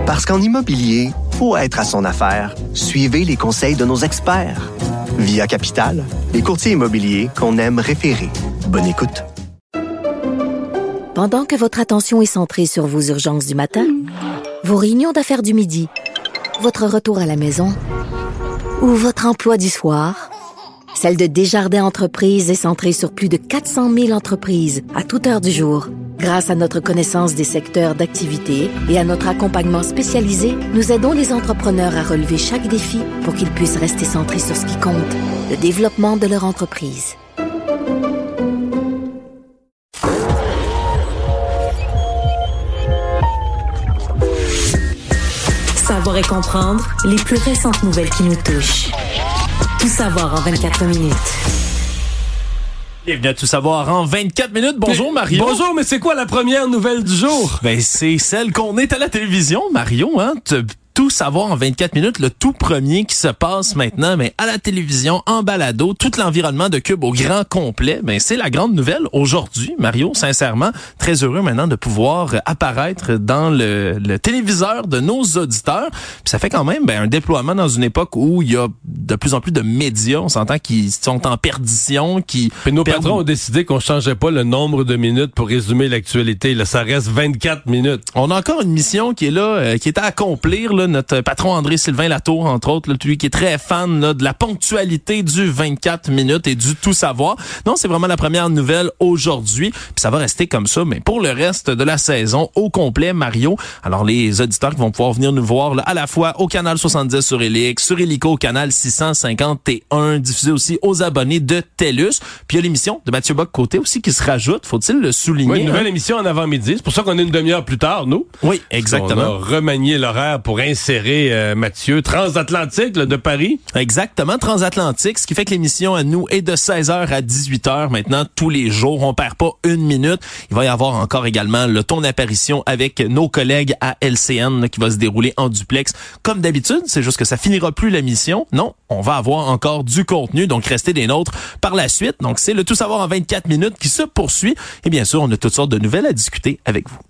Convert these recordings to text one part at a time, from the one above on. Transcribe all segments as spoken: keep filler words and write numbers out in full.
Parce qu'en immobilier, faut être à son affaire. Suivez les conseils de nos experts. Via Capital, les courtiers immobiliers qu'on aime référer. Bonne écoute. Pendant que votre attention est centrée sur vos urgences du matin, vos réunions d'affaires du midi, votre retour à la maison ou votre emploi du soir, celle de Desjardins Entreprises est centrée sur plus de quatre cent mille entreprises à toute heure du jour. Grâce à notre connaissance des secteurs d'activité et à notre accompagnement spécialisé, nous aidons les entrepreneurs à relever chaque défi pour qu'ils puissent rester centrés sur ce qui compte, le développement de leur entreprise. Savoir et comprendre les plus récentes nouvelles qui nous touchent. Tout savoir en vingt-quatre minutes. Bienvenue à Tout savoir en vingt-quatre minutes. Bonjour Mario. Bonjour, mais c'est quoi la première nouvelle du jour? Ben c'est celle qu'on est à la télévision, Mario, hein. Tout savoir en vingt-quatre minutes, le tout premier qui se passe maintenant, mais à la télévision, en balado, tout l'environnement de Cube au grand complet. Ben c'est la grande nouvelle aujourd'hui, Mario. Sincèrement, très heureux maintenant de pouvoir apparaître dans le, le téléviseur de nos auditeurs. Puis ça fait quand même ben, un déploiement dans une époque où il y a de plus en plus de médias. On s'entend qui sont en perdition, qui. Puis nos perdent... patrons ont décidé qu'on changeait pas le nombre de minutes pour résumer l'actualité. Là, ça reste vingt-quatre minutes. On a encore une mission qui est là, euh, qui est à accomplir là. Notre patron André-Sylvain Latour, entre autres, là, lui qui est très fan là, de la ponctualité du vingt-quatre minutes et du tout savoir. Non, c'est vraiment la première nouvelle aujourd'hui. Puis ça va rester comme ça, mais pour le reste de la saison, au complet, Mario. Alors, les auditeurs qui vont pouvoir venir nous voir là, à la fois au canal soixante-dix sur Elix, sur Illico au canal six cent cinquante et un, diffusé aussi aux abonnés de TELUS. Puis il y a l'émission de Mathieu Bock-Côté aussi qui se rajoute, faut-il le souligner. Oui, une nouvelle hein? émission en avant-midi. C'est pour ça qu'on est une demi-heure plus tard, nous. Oui, exactement. On a remanié l'horaire pour insérer euh, Mathieu, transatlantique là, de Paris. Exactement, transatlantique, ce qui fait que l'émission à nous est de seize heures à dix-huit heures maintenant, tous les jours. On perd pas une minute. Il va y avoir encore également le ton d'apparition avec nos collègues à L C N là, qui va se dérouler en duplex. Comme d'habitude, c'est juste que ça finira plus la mission. Non, on va avoir encore du contenu, donc restez des nôtres par la suite. Donc c'est le Tout savoir en vingt-quatre minutes qui se poursuit. Et bien sûr, on a toutes sortes de nouvelles à discuter avec vous.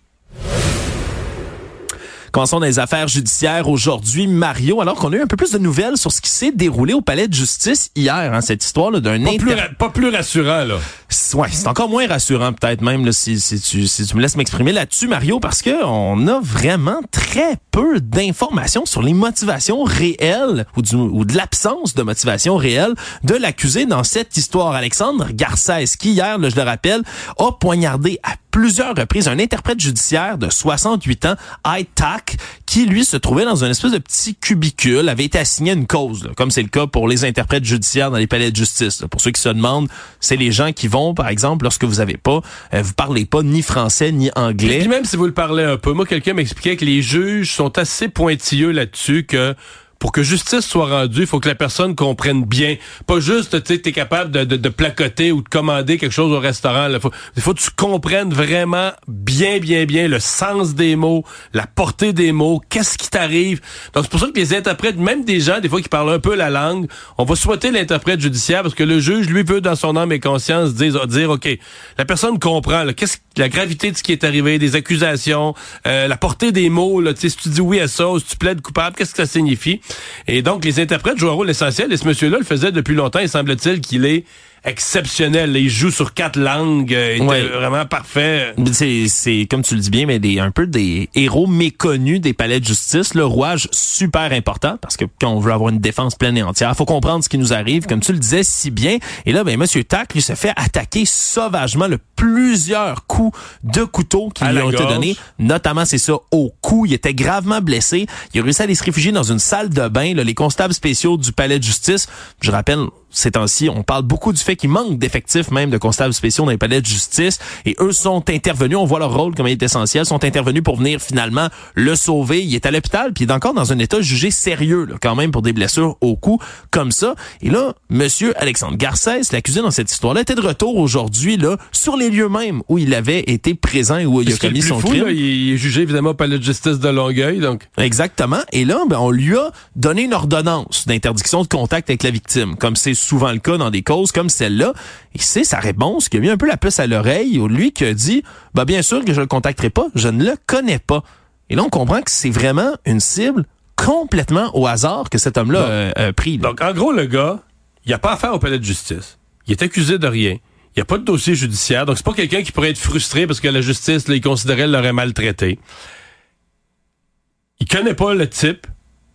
Commençons dans les affaires judiciaires aujourd'hui, Mario, alors qu'on a eu un peu plus de nouvelles sur ce qui s'est déroulé au palais de justice hier, hein, cette histoire là d'un pas, inter... plus ra- pas plus rassurant là. Ouais, c'est encore moins rassurant peut-être même là, si, si, tu, si tu me laisses m'exprimer là-dessus, Mario, parce que on a vraiment très peu d'informations sur les motivations réelles ou, du, ou de l'absence de motivation réelle de l'accusé dans cette histoire. Alexandre Garcès, qui hier, là, je le rappelle, a poignardé à plusieurs reprises un interprète judiciaire de soixante-huit ans, Itak, qui lui se trouvait dans une espèce de petit cubicule, avait été assigné une cause, là, comme c'est le cas pour les interprètes judiciaires dans les palais de justice. Là. Pour ceux qui se demandent, c'est les gens qui vont, par exemple, lorsque vous avez pas, euh, vous parlez pas ni français ni anglais. Et puis même si vous le parlez un peu, moi quelqu'un m'expliquait que les juges sont assez pointilleux là-dessus que pour que justice soit rendue, il faut que la personne comprenne bien. Pas juste, tu sais, t'es capable de, de, de placoter ou de commander quelque chose au restaurant. Il faut, faut que tu comprennes vraiment bien, bien, bien le sens des mots, la portée des mots, qu'est-ce qui t'arrive. Donc, c'est pour ça que les interprètes, même des gens, des fois, qui parlent un peu la langue, on va souhaiter l'interprète judiciaire parce que le juge, lui, veut, dans son âme et conscience, dire, dire OK, la personne comprend, là, qu'est-ce la gravité de ce qui est arrivé, des accusations, euh, la portée des mots, là, tu sais, si tu dis oui à ça ou si tu plaides coupable, qu'est-ce que ça signifie? Et donc, les interprètes jouent un rôle essentiel et ce monsieur-là le faisait depuis longtemps. Il semble-t-il qu'il est exceptionnel. Il joue sur quatre langues. Il était ouais. vraiment parfait. C'est, c'est, comme tu le dis bien, mais des, un peu des héros méconnus des palais de justice. Le rouage super important parce que quand on veut avoir une défense pleine et entière, faut comprendre ce qui nous arrive, comme tu le disais si bien. Et là, ben, monsieur Tack, lui, se fait attaquer sauvagement le plusieurs coups de couteau qui lui ont été donnés. Notamment, c'est ça, au cou. Il était gravement blessé. Il a réussi à aller se réfugier dans une salle de bain. Là, les constables spéciaux du palais de justice, je rappelle, ces temps-ci, on parle beaucoup du fait qu'il manque d'effectifs même de constables spéciaux dans les palais de justice et eux sont intervenus, on voit leur rôle comme il est essentiel, sont intervenus pour venir finalement le sauver. Il est à l'hôpital puis il est encore dans un état jugé sérieux là, quand même pour des blessures au cou comme ça. Et là, monsieur Alexandre Garcès, l'accusé dans cette histoire-là, était de retour aujourd'hui là sur les lieux mêmes où il avait été présent et où il a commis son fou, crime. Là, il est jugé évidemment au palais de justice de Longueuil. Donc. Exactement. Et là, ben, on lui a donné une ordonnance d'interdiction de contact avec la victime, comme c'est souvent le cas dans des causes comme celle-là. Et c'est sa réponse qui a mis un peu la puce à l'oreille, lui qui a dit, bah bien sûr que je le contacterai pas, je ne le connais pas. Et là, on comprend que c'est vraiment une cible complètement au hasard que cet homme-là euh, a pris. Là. Donc, en gros, le gars, il n'a pas affaire au palais de justice. Il est accusé de rien. Il n'y a pas de dossier judiciaire. Donc, c'est pas quelqu'un qui pourrait être frustré parce que la justice, là, il considérait l'aurait maltraité. Il connaît pas le type.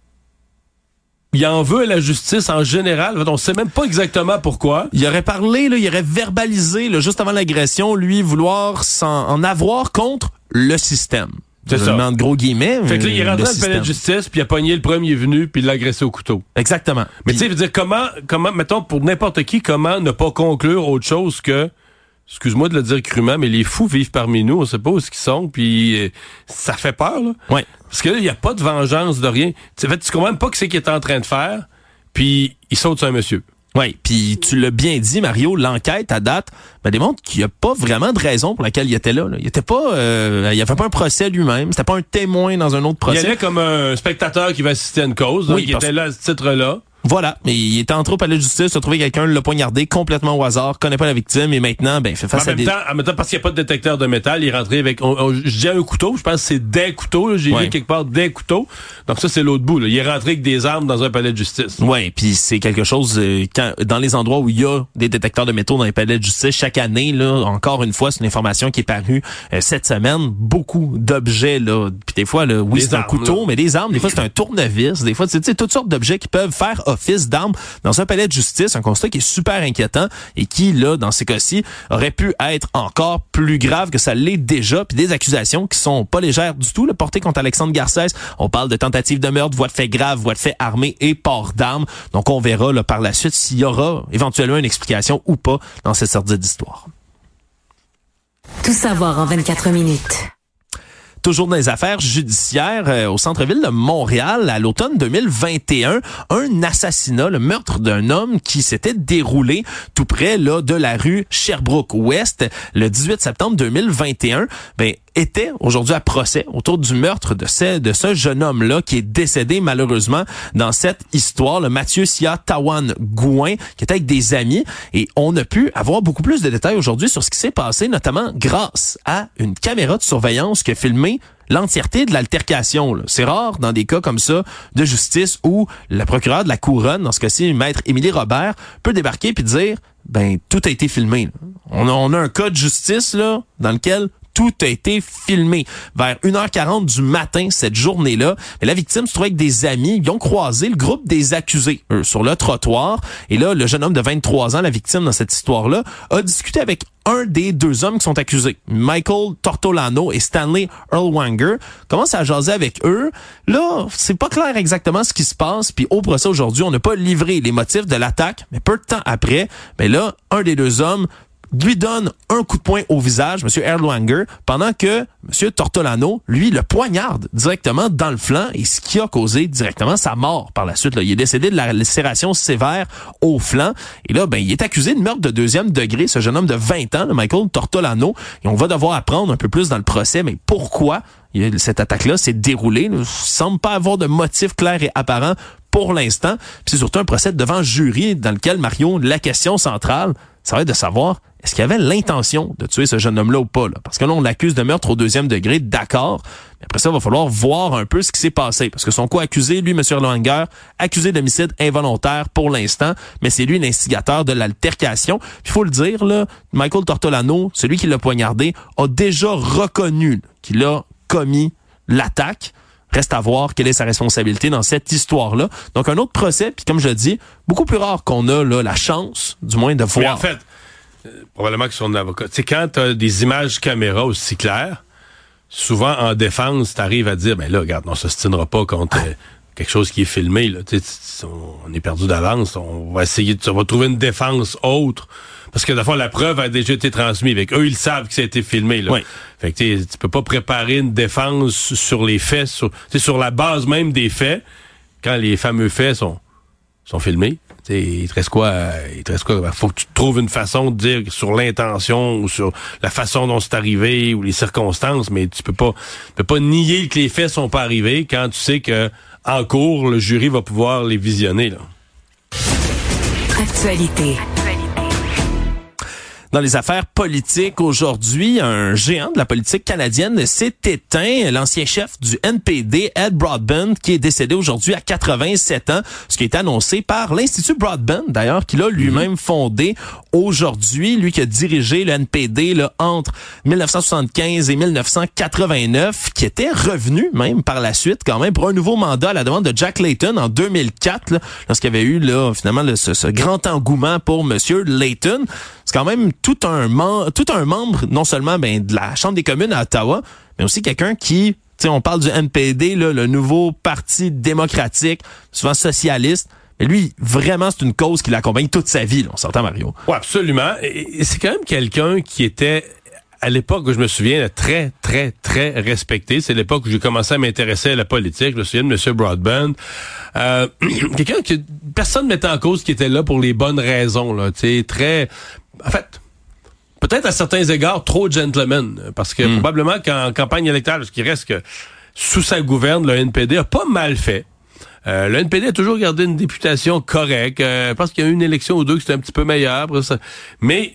Il en veut à la justice en général. On ne sait même pas exactement pourquoi. Il aurait parlé, là, il aurait verbalisé là, juste avant l'agression, lui, vouloir s'en en avoir contre le système. C'est Je ça. demande gros guillemets. Fait que là, il est rentré dans le système. palais de justice, puis il a pogné le premier venu, puis il l'a agressé au couteau. Exactement. Mais Puis, tu sais, je veux dire, comment, comment, mettons, pour n'importe qui, comment ne pas conclure autre chose que, excuse-moi de le dire crûment, mais les fous vivent parmi nous, on sait pas où ils sont, puis euh, ça fait peur, là. ouais. Parce que là, il n'y a pas de vengeance de rien. Tu sais, tu comprends même pas que c'est qu'il est en train de faire, puis il saute sur un monsieur. Oui, puis tu l'as bien dit, Mario, l'enquête à date ben, démontre qu'il n'y a pas vraiment de raison pour laquelle il était là. là. Il était pas, euh, il avait pas un procès lui-même, c'était pas un témoin dans un autre procès. Il allait comme un spectateur qui va assister à une cause, donc Oui, il parce- était là à ce titre-là. Voilà, mais il était entré au palais de justice, a trouvé quelqu'un, l'a poignardé complètement au hasard, connaît pas la victime et maintenant, ben, il fait face En à même, des... temps, en même temps, parce qu'il n'y a pas de détecteur de métal, il est rentré avec, on, on- je dis un couteau, je pense que c'est des couteaux, là. J'ai Ouais. vu quelque part des couteaux. Donc ça, c'est l'autre bout, là. Il est rentré avec des armes dans un palais de justice. Ouais, puis c'est quelque chose euh, quand dans les endroits où il y a des détecteurs de métaux dans les palais de justice chaque année là, encore une fois, c'est une information qui est parue euh, cette semaine, beaucoup d'objets là, puis des fois là, oui, Des c'est un armes, couteau, là. mais des armes, des fois c'est un tournevis, des fois c'est tu sais toutes sortes d'objets qui peuvent faire office d'armes dans un palais de justice, un constat qui est super inquiétant et qui là dans ces cas-ci aurait pu être encore plus grave que ça l'est déjà, puis des accusations qui sont pas légères du tout, là, portées contre Alexandre Garcès. On parle de tentative de meurtre, voie de fait grave, voie de fait armée et port d'armes. Donc on verra là, par la suite s'il y aura éventuellement une explication ou pas dans cette sorte d'histoire. Tout savoir en vingt-quatre minutes. Toujours dans les affaires judiciaires, euh, au centre-ville de Montréal, à l'automne deux mille vingt et un, un assassinat, le meurtre d'un homme qui s'était déroulé tout près là de la rue Sherbrooke-Ouest le dix-huit septembre deux mille vingt et un, ben était aujourd'hui à procès autour du meurtre de ce, de ce jeune homme-là qui est décédé malheureusement dans cette histoire, le Mathieu Sia Tawan Gouin, qui était avec des amis. Et on a pu avoir beaucoup plus de détails aujourd'hui sur ce qui s'est passé, notamment grâce à une caméra de surveillance qui a filmé l'entièreté de l'altercation. Là. C'est rare dans des cas comme ça de justice où le procureur de la couronne, dans ce cas-ci, maître Émilie Robert, peut débarquer puis dire, ben tout a été filmé. Là. On a, on a un cas de justice là dans lequel tout a été filmé. Vers une heure quarante du matin, cette journée-là, mais la victime se trouvait avec des amis. Ils ont croisé le groupe des accusés eux, sur le trottoir. Et là, le jeune homme de vingt-trois ans, la victime dans cette histoire-là, a discuté avec un des deux hommes qui sont accusés, Michael Tortolano et Stanley Erlwanger, commence à jaser avec eux. Là, c'est pas clair exactement ce qui se passe. Puis au procès aujourd'hui, on n'a pas livré les motifs de l'attaque. Mais peu de temps après, ben là, un des deux hommes lui donne un coup de poing au visage, M. Erlwanger, pendant que M. Tortolano, lui, le poignarde directement dans le flanc, et ce qui a causé directement sa mort par la suite. Là. Il est décédé de la lacération sévère au flanc. Et là, ben, il est accusé de meurtre de deuxième degré, ce jeune homme de vingt ans, le Michael Tortolano. Et on va devoir apprendre un peu plus dans le procès, mais pourquoi cette attaque-là s'est déroulée. Il ne semble pas avoir de motif clair et apparent pour l'instant. Puis c'est surtout un procès devant jury dans lequel, Mario, la question centrale, ça va être de savoir est-ce qu'il y avait l'intention de tuer ce jeune homme-là ou pas? Là? Parce que là, on l'accuse de meurtre au deuxième degré, d'accord. Mais après ça, il va falloir voir un peu ce qui s'est passé. Parce que son co-accusé, lui, M. Erlwanger, accusé d'homicide involontaire pour l'instant, mais c'est lui l'instigateur de l'altercation. Il faut le dire, là, Michael Tortolano, celui qui l'a poignardé, a déjà reconnu là, qu'il a commis l'attaque. Reste à voir quelle est sa responsabilité dans cette histoire-là. Donc, un autre procès, puis comme je le dis, beaucoup plus rare qu'on a là, la chance, du moins, de voir. Mais en fait, euh, probablement que son avocat... Tu sais, quand tu as des images caméra aussi claires, souvent, en défense, tu arrives à dire, ben là, regarde, on ne s'ostinera pas contre euh, quelque chose qui est filmé. Là. Tu sais, on est perdu d'avance. On va essayer, de, on va trouver une défense autre. Parce que, de fois, la preuve a déjà été transmise. Avec eux, ils savent que ça a été filmé. Là. Oui. Fait que tu peux pas préparer une défense sur les faits, sur, sur la base même des faits, quand les fameux faits sont, sont filmés. T'sais, il te reste quoi? Il te reste quoi? Faut que tu trouves une façon de dire sur l'intention ou sur la façon dont c'est arrivé ou les circonstances, mais tu peux pas, tu peux pas nier que les faits sont pas arrivés quand tu sais que en cours, le jury va pouvoir les visionner. Là. Actualité. Dans les affaires politiques aujourd'hui, un géant de la politique canadienne s'est éteint. L'ancien chef du N P D, Ed Broadbent, qui est décédé aujourd'hui à quatre-vingt-sept ans, ce qui est annoncé par l'Institut Broadbent, d'ailleurs, qu'il a lui-même fondé aujourd'hui. Lui qui a dirigé le N P D là, entre dix-neuf cent soixante-quinze et dix-neuf cent quatre-vingt-neuf, qui était revenu même par la suite quand même pour un nouveau mandat à la demande de Jack Layton en deux mille quatre, là, lorsqu'il y avait eu là finalement là, ce, ce grand engouement pour Monsieur Layton. C'est quand même tout un, mem- tout un membre, non seulement ben, de la Chambre des communes à Ottawa, mais aussi quelqu'un qui, tu sais, on parle du N P D, là, le nouveau parti démocratique, souvent socialiste. Mais lui, vraiment, c'est une cause qui l'accompagne toute sa vie, là, on s'entend, Mario. Oui, absolument. Et c'est quand même quelqu'un qui était, à l'époque où je me souviens, très, très, très respecté. C'est l'époque où j'ai commencé à m'intéresser à la politique. Je me souviens de M. Broadbent. Euh, quelqu'un que personne ne mettait en cause, qui était là pour les bonnes raisons, là. Tu sais, très... En fait, peut-être à certains égards, trop gentleman. Parce que mm. probablement qu'en campagne électorale, parce qu'il reste que sous sa gouverne, le N P D a pas mal fait. Euh, le N P D a toujours gardé une députation correcte. Euh, je pense qu'il y a eu une élection ou deux qui c'était un petit peu meilleure. Mais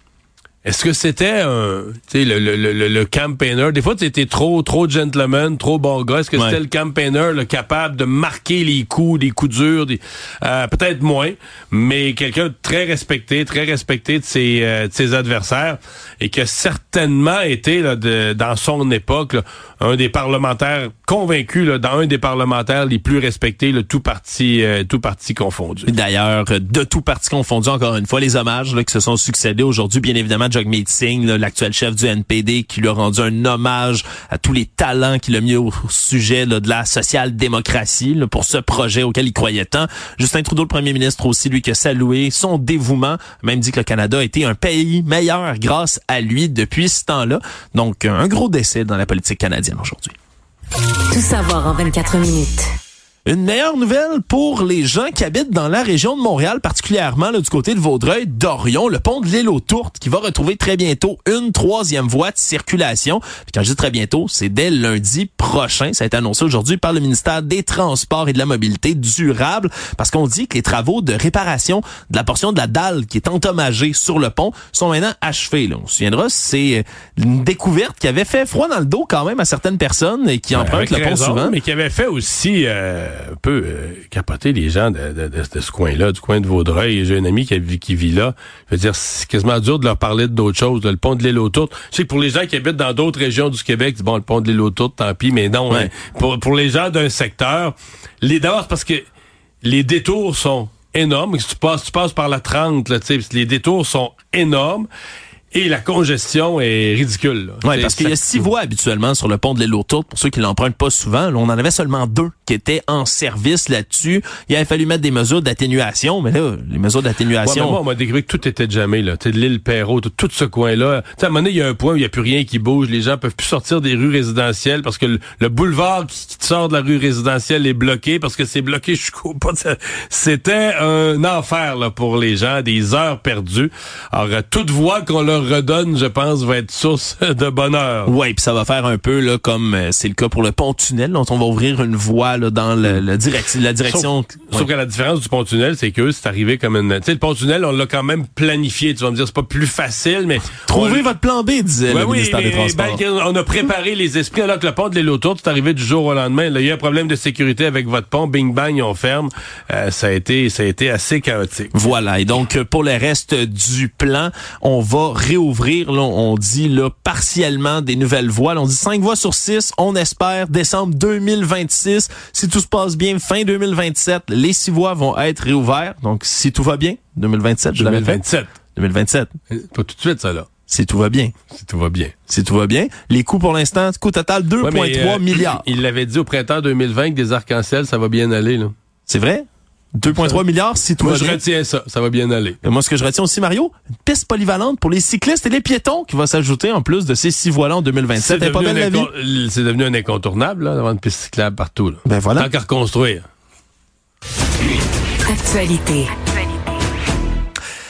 est-ce que c'était un, tu sais, le, le, le, le campaigner? Des fois, tu étais trop, trop gentleman, trop bon gars. Est-ce que ouais. c'était le campaigner, le capable de marquer les coups, des coups durs, des, euh, peut-être moins, mais quelqu'un de très respecté, très respecté de ses, euh, de ses adversaires, et qui a certainement été là, de, dans son époque là, un des parlementaires convaincus, là, dans un des parlementaires les plus respectés, là, tout parti, euh, tout parti confondu. D'ailleurs, de tout parti confondu, encore une fois, les hommages là, qui se sont succédés aujourd'hui, bien évidemment, Jagmeet Singh, là, l'actuel chef du N P D, qui lui a rendu un hommage à tous les talents qu'il a mis au sujet là, de la social-démocratie là, pour ce projet auquel il croyait tant. Justin Trudeau, le premier ministre aussi, lui, qui a salué son dévouement, même dit que le Canada a été un pays meilleur grâce à lui depuis ce temps-là. Donc, un gros décès dans la politique canadienne aujourd'hui. Tout savoir en vingt-quatre minutes. Une meilleure nouvelle pour les gens qui habitent dans la région de Montréal, particulièrement là, du côté de Vaudreuil, d'Orion, le pont de l'île aux Tourtes, qui va retrouver très bientôt une troisième voie de circulation. Puis quand je dis très bientôt, c'est dès lundi prochain. Ça a été annoncé aujourd'hui par le ministère des Transports et de la Mobilité durable, parce qu'on dit que les travaux de réparation de la portion de la dalle qui est endommagée sur le pont sont maintenant achevés. Là. On se souviendra, c'est une découverte qui avait fait froid dans le dos quand même à certaines personnes et qui empruntent le pont raison, souvent. Mais qui avait fait aussi... Euh... un peu euh, capoter les gens de, de, de, de ce coin-là, du coin de Vaudreuil. J'ai un ami qui, a, qui vit là. Je veux dire, c'est quasiment dur de leur parler d'autres choses. Là, le pont de l'île aux Tourtes. Je sais que pour les gens qui habitent dans d'autres régions du Québec, c'est bon, le pont de l'île aux Tourtes, tant pis, mais non. Ouais. Hein, pour, pour les gens d'un secteur, les d'abord, c'est parce que les détours sont énormes. Si tu passes, tu passes par la trente, là, tu sais, les détours sont énormes. Et la congestion est ridicule. Oui, parce qu'il y a six voies habituellement sur le pont de l'île aux Tourtes, pour ceux qui l'empruntent pas souvent. Là, on en avait seulement deux qui étaient en service là-dessus. Il avait fallu mettre des mesures d'atténuation, mais là, les mesures d'atténuation... Ouais, moi, on m'a découvert que tout était jamais là. Tu sais, l'île Perrault, tout ce coin-là. Tu sais, à un moment donné, il y a un point où il n'y a plus rien qui bouge. Les gens peuvent plus sortir des rues résidentielles parce que le, le boulevard qui, qui sort de la rue résidentielle est bloqué parce que c'est bloqué jusqu'au pas. C'était un enfer là, pour les gens, des heures perdues. Alors, toute voie qu'on leur redonne, je pense, va être source de bonheur. Oui, puis ça va faire un peu là comme euh, c'est le cas pour le pont-tunnel, dont on va ouvrir une voie là, dans le, le direct, la direction... Sauf, ouais. sauf que la différence du pont-tunnel, c'est que c'est arrivé comme une... Tu sais, le pont-tunnel, on l'a quand même planifié. Tu vas me dire, c'est pas plus facile, mais... Trouvez on... votre plan B, disait ouais, le oui, ministère mais, des Transports. Ben, on a préparé les esprits, alors que le pont de l'île aux Tourtes, c'est arrivé du jour au lendemain. Là, il y a un problème de sécurité avec votre pont, bing bang, on ferme. Euh, ça a été, ça a été assez chaotique. Voilà, et donc pour le reste du plan, on va réouvrir, là, on dit là partiellement des nouvelles voies. Là, on dit cinq voies sur six, on espère décembre deux mille vingt-six. Si tout se passe bien, fin deux mille vingt-sept, les six voies vont être réouvertes. Donc si tout va bien, deux mille vingt-sept, je deux l'avais mille vingt-sept. fait. deux mille vingt-sept. Pas tout de suite, ça, là. Si tout va bien. Si tout va bien. Si tout va bien. Les coûts pour l'instant, coût total deux virgule trois ouais, euh, milliards. Il l'avait dit au printemps deux mille vingt que des arcs-en-ciel, ça va bien aller, là. C'est vrai? deux virgule trois milliards si tout moi, va bien. Moi, je retiens ça. Ça va bien aller. Et moi, ce que je retiens aussi, Mario, une piste polyvalente pour les cyclistes et les piétons qui va s'ajouter en plus de ces six voies-là en deux mille vingt-sept. C'est, pas belle la incon- vie? c'est devenu un incontournable, là, d'avoir une piste cyclable partout, là. Ben voilà. Tant qu'à reconstruire. Actualité.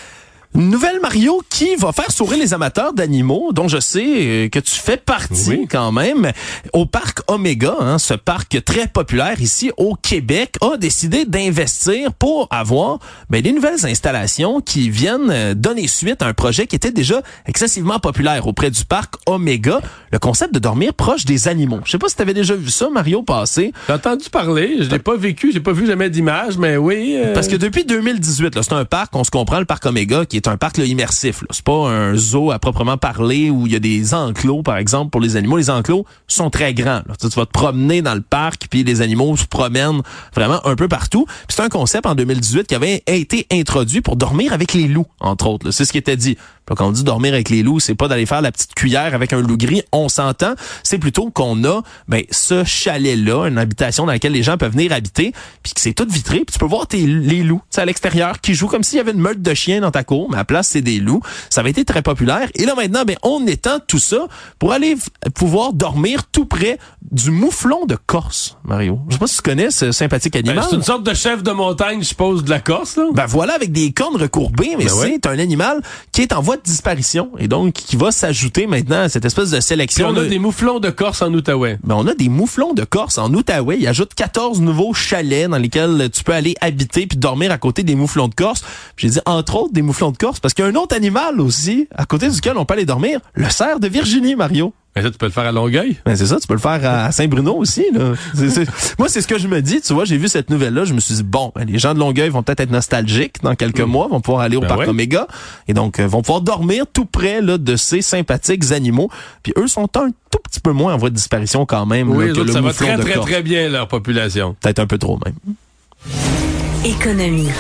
Une nouvelle, Mario, qui va faire sourire les amateurs d'animaux, dont je sais que tu fais partie oui. quand même. Au parc Omega, hein, ce parc très populaire ici au Québec, a décidé d'investir pour avoir ben, des nouvelles installations qui viennent donner suite à un projet qui était déjà excessivement populaire auprès du parc Omega, le concept de dormir proche des animaux. Je sais pas si tu avais déjà vu ça, Mario, passer. J'ai entendu parler, je l'ai pas vécu, j'ai pas vu jamais d'image, mais oui. Euh... Parce que depuis deux mille dix-huit, là, c'est un parc, on se comprend, le parc Omega, qui est un parc là, immersif. Là. C'est pas un zoo à proprement parler où il y a des enclos, par exemple, pour les animaux. Les enclos sont très grands. Là. Tu, tu vas te promener dans le parc, puis les animaux se promènent vraiment un peu partout. Puis c'est un concept en deux mille dix-huit qui avait été introduit pour dormir avec les loups, entre autres. Là. C'est ce qui était dit. Puis quand on dit dormir avec les loups, c'est pas d'aller faire la petite cuillère avec un loup gris, on s'entend. C'est plutôt qu'on a ben ce chalet-là, une habitation dans laquelle les gens peuvent venir habiter, puis que c'est tout vitré, puis tu peux voir tes, les loups à l'extérieur qui jouent comme s'il y avait une meute de chiens dans ta cour, mais à la place, c'est des loups. Ça avait été très populaire. Et là, maintenant, ben on étend tout ça pour aller f- pouvoir dormir tout près du mouflon de Corse, Mario. Je sais pas si tu connais ce sympathique animal. Ben, c'est une sorte de chef de montagne, je suppose, de la Corse, là. Ben voilà, avec des cornes recourbées, mais ben ouais. c'est un animal qui est en voie de disparition et donc qui va s'ajouter maintenant à cette espèce de sélection. Puis on a de... des mouflons de Corse en Outaouais. Ben on a des mouflons de Corse en Outaouais. Il ajoute quatorze nouveaux chalets dans lesquels tu peux aller habiter puis dormir à côté des mouflons de Corse. Puis j'ai dit entre autres des mouflons de Corse parce qu'il y a un autre animal aussi à côté duquel on peut aller dormir, le cerf de Virginie, Mario. Mais ça, tu peux le faire à Longueuil. Ben c'est ça, tu peux le faire à Saint-Bruno aussi. Là. C'est, c'est... Moi, c'est ce que je me dis. Tu vois, j'ai vu cette nouvelle-là, je me suis dit, bon, ben, les gens de Longueuil vont peut-être être nostalgiques dans quelques mmh. mois, vont pouvoir aller au ben parc ouais. Omega, et donc euh, vont pouvoir dormir tout près là, de ces sympathiques animaux. Puis eux sont un tout petit peu moins en voie de disparition quand même oui, là, que le ça mouflon va très, de très, Corse. très bien, leur population. Peut-être un peu trop, même. Économie.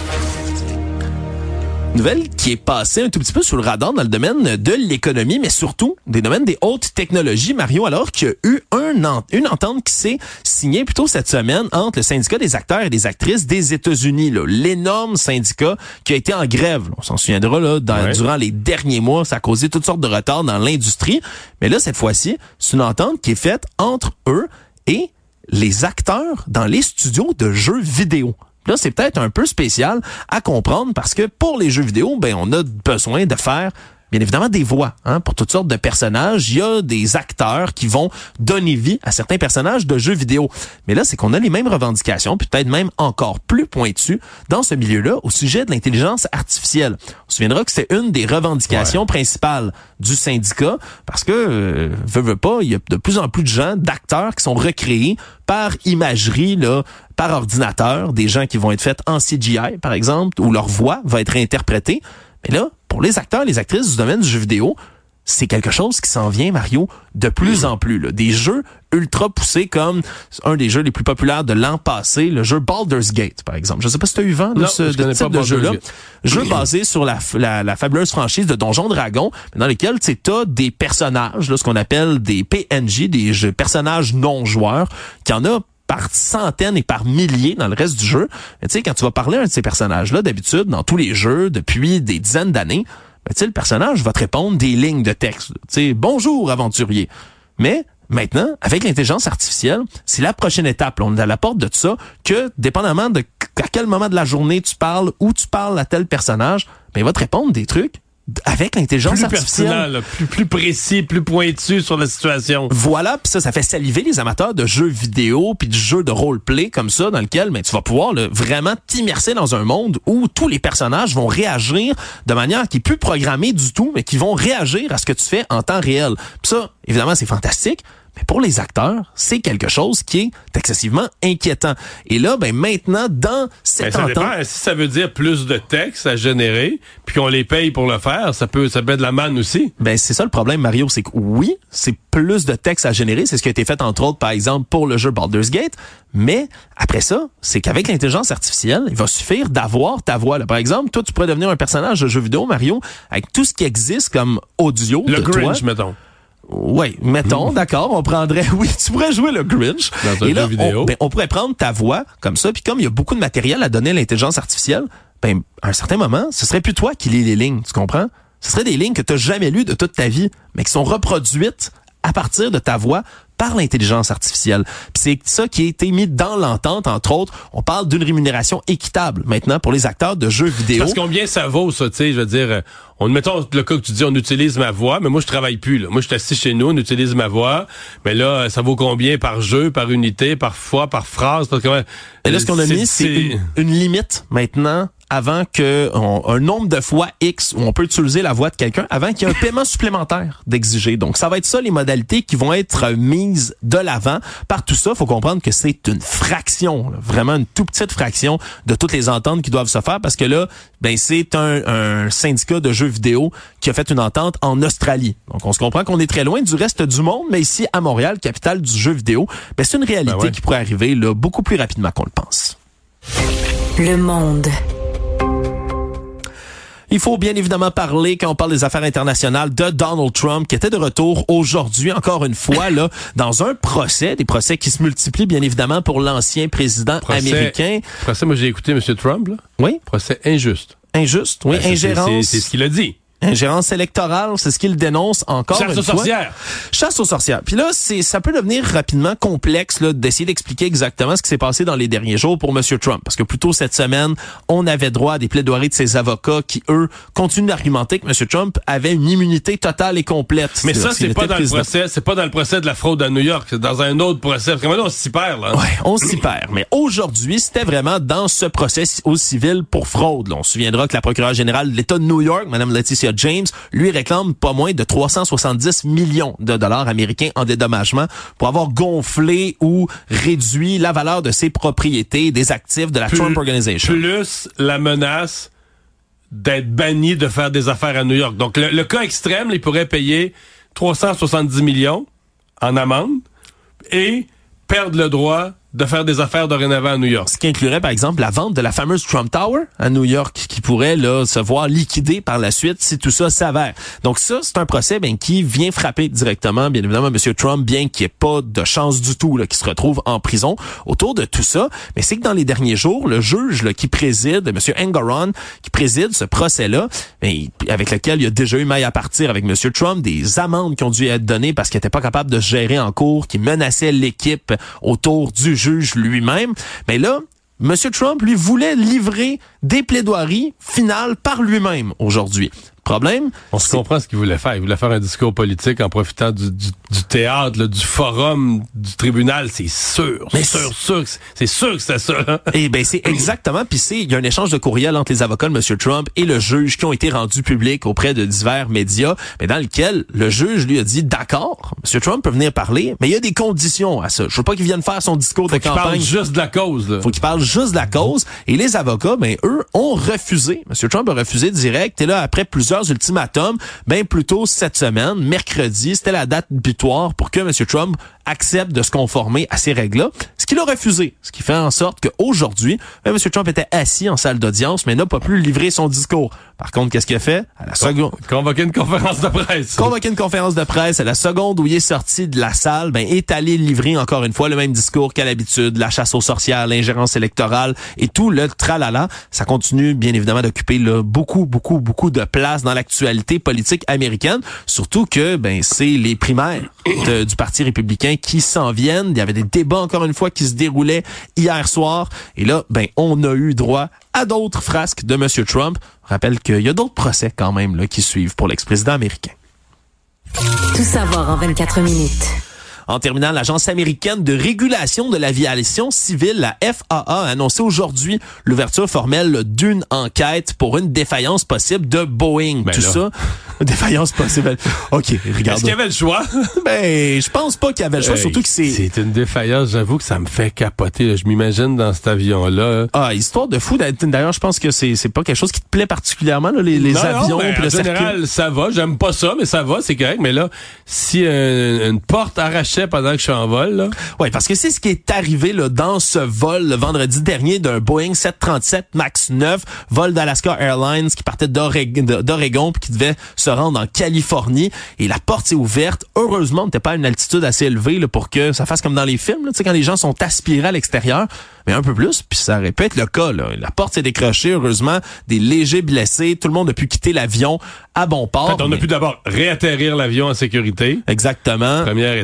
Nouvelle qui est passée un tout petit peu sous le radar dans le domaine de l'économie, mais surtout des domaines des hautes technologies, Mario, alors qu'il y a eu un ent- une entente qui s'est signée plus tôt cette semaine entre le syndicat des acteurs et des actrices des États-Unis, là, l'énorme syndicat qui a été en grève. On s'en souviendra là, dans, ouais. durant les derniers mois, ça a causé toutes sortes de retards dans l'industrie. Mais là, cette fois-ci, c'est une entente qui est faite entre eux et les acteurs dans les studios de jeux vidéo. Là, c'est peut-être un peu spécial à comprendre parce que pour les jeux vidéo, ben on a besoin de faire bien évidemment des voix, hein, pour toutes sortes de personnages. Il y a des acteurs qui vont donner vie à certains personnages de jeux vidéo. Mais là, c'est qu'on a les mêmes revendications, puis peut-être même encore plus pointues dans ce milieu-là au sujet de l'intelligence artificielle. On se souviendra que c'est une des revendications ouais. principales du syndicat parce que, euh, veut, veut pas, il y a de plus en plus de gens, d'acteurs qui sont recréés par imagerie, là, par ordinateur, des gens qui vont être faits en C G I, par exemple, où leur voix va être interprétée. Mais là, pour les acteurs et les actrices du domaine du jeu vidéo, c'est quelque chose qui s'en vient, Mario, de plus en plus. Là. Des jeux ultra poussés comme un des jeux les plus populaires de l'an passé, le jeu Baldur's Gate, par exemple. Je ne sais pas si tu as eu vent de non, ce de type de jeu-là. Jeu basé sur la, la, la fabuleuse franchise de Donjons Dragons, dans lesquels tu as des personnages, là, ce qu'on appelle des P N J, des jeux, personnages non-joueurs, qui en a par centaines et par milliers dans le reste du jeu. Mais tu sais, quand tu vas parler à un de ces personnages-là, d'habitude, dans tous les jeux, depuis des dizaines d'années, ben, tu sais, le personnage va te répondre des lignes de texte. Tu sais, bonjour, aventurier. Mais maintenant, avec l'intelligence artificielle, c'est la prochaine étape. Là, on est à la porte de tout ça, que dépendamment de à quel moment de la journée tu parles, où tu parles à tel personnage, ben, il va te répondre des trucs avec l'intelligence plus artificielle. Pertinent, là, plus, plus précis, plus pointu sur la situation. Voilà, puis ça, ça fait saliver les amateurs de jeux vidéo puis de jeux de roleplay comme ça, dans lequel ben, tu vas pouvoir là, vraiment t'immerser dans un monde où tous les personnages vont réagir de manière qui est plus programmée du tout, mais qui vont réagir à ce que tu fais en temps réel. Puis ça, évidemment, c'est fantastique. Mais pour les acteurs, c'est quelque chose qui est excessivement inquiétant. Et là, ben maintenant, dans cette ben, ça entente... dépend. Si ça veut dire plus de texte à générer, puis qu'on les paye pour le faire, ça peut, ça peut être de la manne aussi. Ben c'est ça le problème, Mario, c'est que oui, c'est plus de texte à générer. C'est ce qui a été fait, entre autres, par exemple, pour le jeu Baldur's Gate. Mais après ça, c'est qu'avec l'intelligence artificielle, il va suffire d'avoir ta voix. Là. Par exemple, toi, tu pourrais devenir un personnage de jeu vidéo, Mario, avec tout ce qui existe comme audio le de Grinch, toi. mettons. Oui, mettons, mmh. d'accord, on prendrait, oui, tu pourrais jouer le Grinch. Dans un et là, jeu vidéo. On, ben, on pourrait prendre ta voix comme ça, puis comme il y a beaucoup de matériel à donner à l'intelligence artificielle, ben, à un certain moment, ce serait plus toi qui lis les lignes, tu comprends? Ce serait des lignes que tu n'as jamais lues de toute ta vie, mais qui sont reproduites à partir de ta voix par l'intelligence artificielle. Puis c'est ça qui a été mis dans l'entente, entre autres. On parle d'une rémunération équitable maintenant pour les acteurs de jeux vidéo. Parce combien ça vaut, ça, tu sais, je veux dire, on mettons le cas que tu dis, on utilise ma voix, mais moi je travaille plus, là. Moi je suis assis chez nous, on utilise ma voix, mais là, ça vaut combien par jeu, par unité, par fois, par phrase? Parce que, Et là, ce qu'on a c'est, mis, c'est, c'est... Une, une limite maintenant avant que on, un nombre de fois X où on peut utiliser la voix de quelqu'un, avant qu'il y ait un paiement supplémentaire d'exiger. Donc, ça va être ça les modalités qui vont être mises de l'avant. Par tout ça, il faut comprendre que c'est une fraction, là, vraiment une toute petite fraction de toutes les ententes qui doivent se faire parce que là, ben c'est un, un syndicat de jeux vidéo qui a fait une entente en Australie. Donc, on se comprend qu'on est très loin du reste du monde, mais ici, à Montréal, capitale du jeu vidéo, ben c'est une réalité ben ouais. qui pourrait arriver là, beaucoup plus rapidement qu'on le pense. Le Monde. Il faut bien évidemment parler, quand on parle des affaires internationales, de Donald Trump, qui était de retour aujourd'hui, encore une fois, là, dans un procès, des procès qui se multiplient, bien évidemment, pour l'ancien président procès, américain. Procès, moi, j'ai écouté M. Trump, là. Oui. Procès injuste. Injuste, oui. Ben, ingérence. C'est, c'est, c'est ce qu'il a dit. Ingérence électorale, c'est ce qu'il dénonce encore Chasse une aux fois. sorcières. Chasse aux sorcières. Puis là, c'est ça peut devenir rapidement complexe là, d'essayer d'expliquer exactement ce qui s'est passé dans les derniers jours pour M. Trump. Parce que plus tôt cette semaine, on avait droit à des plaidoiries de ses avocats qui, eux, continuent d'argumenter que M. Trump avait une immunité totale et complète. Mais ça, c'est pas dans président. le procès, c'est pas dans le procès de la fraude à New York, c'est dans un autre procès. Parce que maintenant, on s'y perd, là. Ouais, on s'y perd. Mais aujourd'hui, c'était vraiment dans ce procès au civil pour fraude. Là, on se souviendra que la procureure générale de l'État de New York, Mme Letitia James, lui réclame pas moins de trois cent soixante-dix millions de dollars américains en dédommagement pour avoir gonflé ou réduit la valeur de ses propriétés, des actifs de la plus, Trump Organization. Plus la menace d'être banni de faire des affaires à New York. Donc, le, le cas extrême, il pourrait payer trois cent soixante-dix millions en amende et perdre le droit de faire des affaires dorénavant à New York. Ce qui inclurait, par exemple, la vente de la fameuse Trump Tower à New York, qui pourrait là se voir liquidée par la suite si tout ça s'avère. Donc ça, c'est un procès ben, qui vient frapper directement, bien évidemment, M. Trump, bien qu'il n'y ait pas de chance du tout là, qu'il se retrouve en prison autour de tout ça. Mais c'est que dans les derniers jours, le juge là, qui préside, M. Engoron, qui préside ce procès-là, ben, avec lequel il y a déjà eu maille à partir avec M. Trump, des amendes qui ont dû être données parce qu'il n'était pas capable de se gérer en cours, qui menaçait l'équipe autour du juge juge lui-même. Mais là, M. Trump, lui, voulait livrer des plaidoiries finales par lui-même aujourd'hui. Problème. On se comprend ce qu'il voulait faire. Il voulait faire un discours politique en profitant du, du, du théâtre, là, du forum, du tribunal. C'est sûr. Mais sûr, sûr. C'est sûr que c'est ça. Hein? Eh ben, c'est exactement. Puis c'est, il y a un échange de courriel entre les avocats de M. Trump et le juge qui ont été rendus publics auprès de divers médias, mais dans lequel le juge lui a dit, d'accord, M. Trump peut venir parler, mais il y a des conditions à ça. Je veux pas qu'il vienne faire son discours Faut de qu'il campagne. Parle juste de la cause. Là. Faut qu'il parle juste de la cause. Et les avocats, ben, eux, ont refusé. M. Trump a refusé direct. Et là, après plusieurs ultimatums, ben plus tôt cette semaine, mercredi, c'était la date butoir pour que M. Trump accepte de se conformer à ces règles-là, ce qu'il a refusé. Ce qui fait en sorte qu'aujourd'hui, ben, M. Trump était assis en salle d'audience, mais n'a pas pu livrer son discours. Par contre, qu'est-ce qu'il a fait? À la seconde... Convoquer une conférence de presse. Convoquer une conférence de presse. À la seconde où il est sorti de la salle, ben, est allé livrer encore une fois le même discours qu'à l'habitude, la chasse aux sorcières, l'ingérence électorale et tout le tralala. Ça continue, bien évidemment, d'occuper là, beaucoup, beaucoup, beaucoup de place dans l'actualité politique américaine. Surtout que, ben, c'est les primaires de, du Parti républicain qui s'en viennent. Il y avait des débats, encore une fois, qui se déroulaient hier soir. Et là, ben, on a eu droit à d'autres frasques de M. Trump. Je rappelle qu'il y a d'autres procès quand même là, qui suivent pour l'ex-président américain. Tout savoir en vingt-quatre minutes. En terminant, l'Agence américaine de régulation de l'aviation civile, la F A A, a annoncé aujourd'hui l'ouverture formelle d'une enquête pour une défaillance possible de Boeing. Ben Tout là. ça, défaillance possible. OK, regarde. Est-ce qu'il y avait le choix? Ben, je pense pas qu'il y avait le choix, Hey, surtout que c'est... C'est une défaillance, j'avoue que ça me fait capoter. Là. Je m'imagine dans cet avion-là. Ah, histoire de fou. D'ailleurs, je pense que c'est c'est pas quelque chose qui te plaît particulièrement, là, les, les non, avions. Non, ben, puis le en général, circuit. ça va. J'aime pas ça, mais ça va, c'est correct. Mais là, si euh, une porte arrachait pendant que je suis en vol, là... Oui, parce que c'est ce qui est arrivé là, dans ce vol le vendredi dernier d'un Boeing sept trente-sept Max neuf, vol d'Alaska Airlines qui partait d'Oregon, d'Oregon puis qui devait se rendre en Californie. Et la porte s'est ouverte. Heureusement, on n'était pas à une altitude assez élevée là, pour que ça fasse comme dans les films, là, tu sais, quand les gens sont aspirés à l'extérieur, mais un peu plus, puis ça aurait pu être le cas. Là. La porte s'est décrochée, heureusement, des légers blessés. Tout le monde a pu quitter l'avion à bon port. En fait, on mais... a pu d'abord réatterrir l'avion en sécurité. Exactement. Première étape, c'était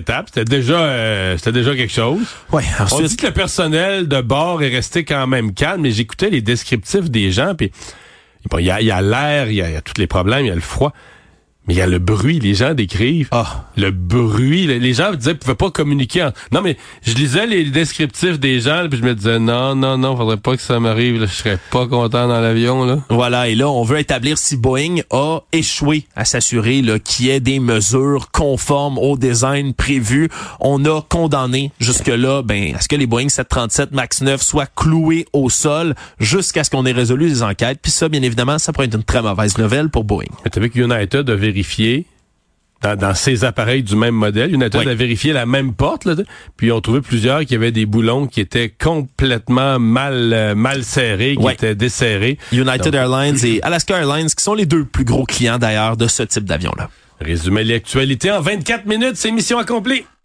c'était déjà, euh, c'était déjà quelque chose. Ouais, ensuite, on dit que le personnel de bord est resté quand même calme, mais j'écoutais les descriptifs des gens, puis bon, il y a, il y a l'air, il y a, il y a tous les problèmes, il y a le froid. Mais il y a le bruit, les gens décrivent. Ah. Le bruit, les gens disaient qu'ils pouvaient pas communiquer. En... Non, mais je lisais les descriptifs des gens, puis je me disais, non, non, non, faudrait pas que ça m'arrive, là. Je serais pas content dans l'avion, là. Voilà, et là, on veut établir si Boeing a échoué à s'assurer là, qu'il y ait des mesures conformes au design prévu. On a condamné jusque-là, ben, à ce que les Boeing sept trente-sept MAX neuf soient cloués au sol jusqu'à ce qu'on ait résolu les enquêtes. Puis ça, bien évidemment, ça pourrait être une très mauvaise nouvelle pour Boeing. Tu vu que United a vérifié dans, dans ces appareils du même modèle. United oui. a vérifié la même porte, là, puis ils ont trouvé plusieurs qui avaient des boulons qui étaient complètement mal euh, mal serrés, qui oui. étaient desserrés. United Donc, Airlines et Alaska Airlines, qui sont les deux plus gros clients d'ailleurs de ce type d'avion-là. Résumer l'actualité en vingt-quatre minutes, c'est mission accomplie.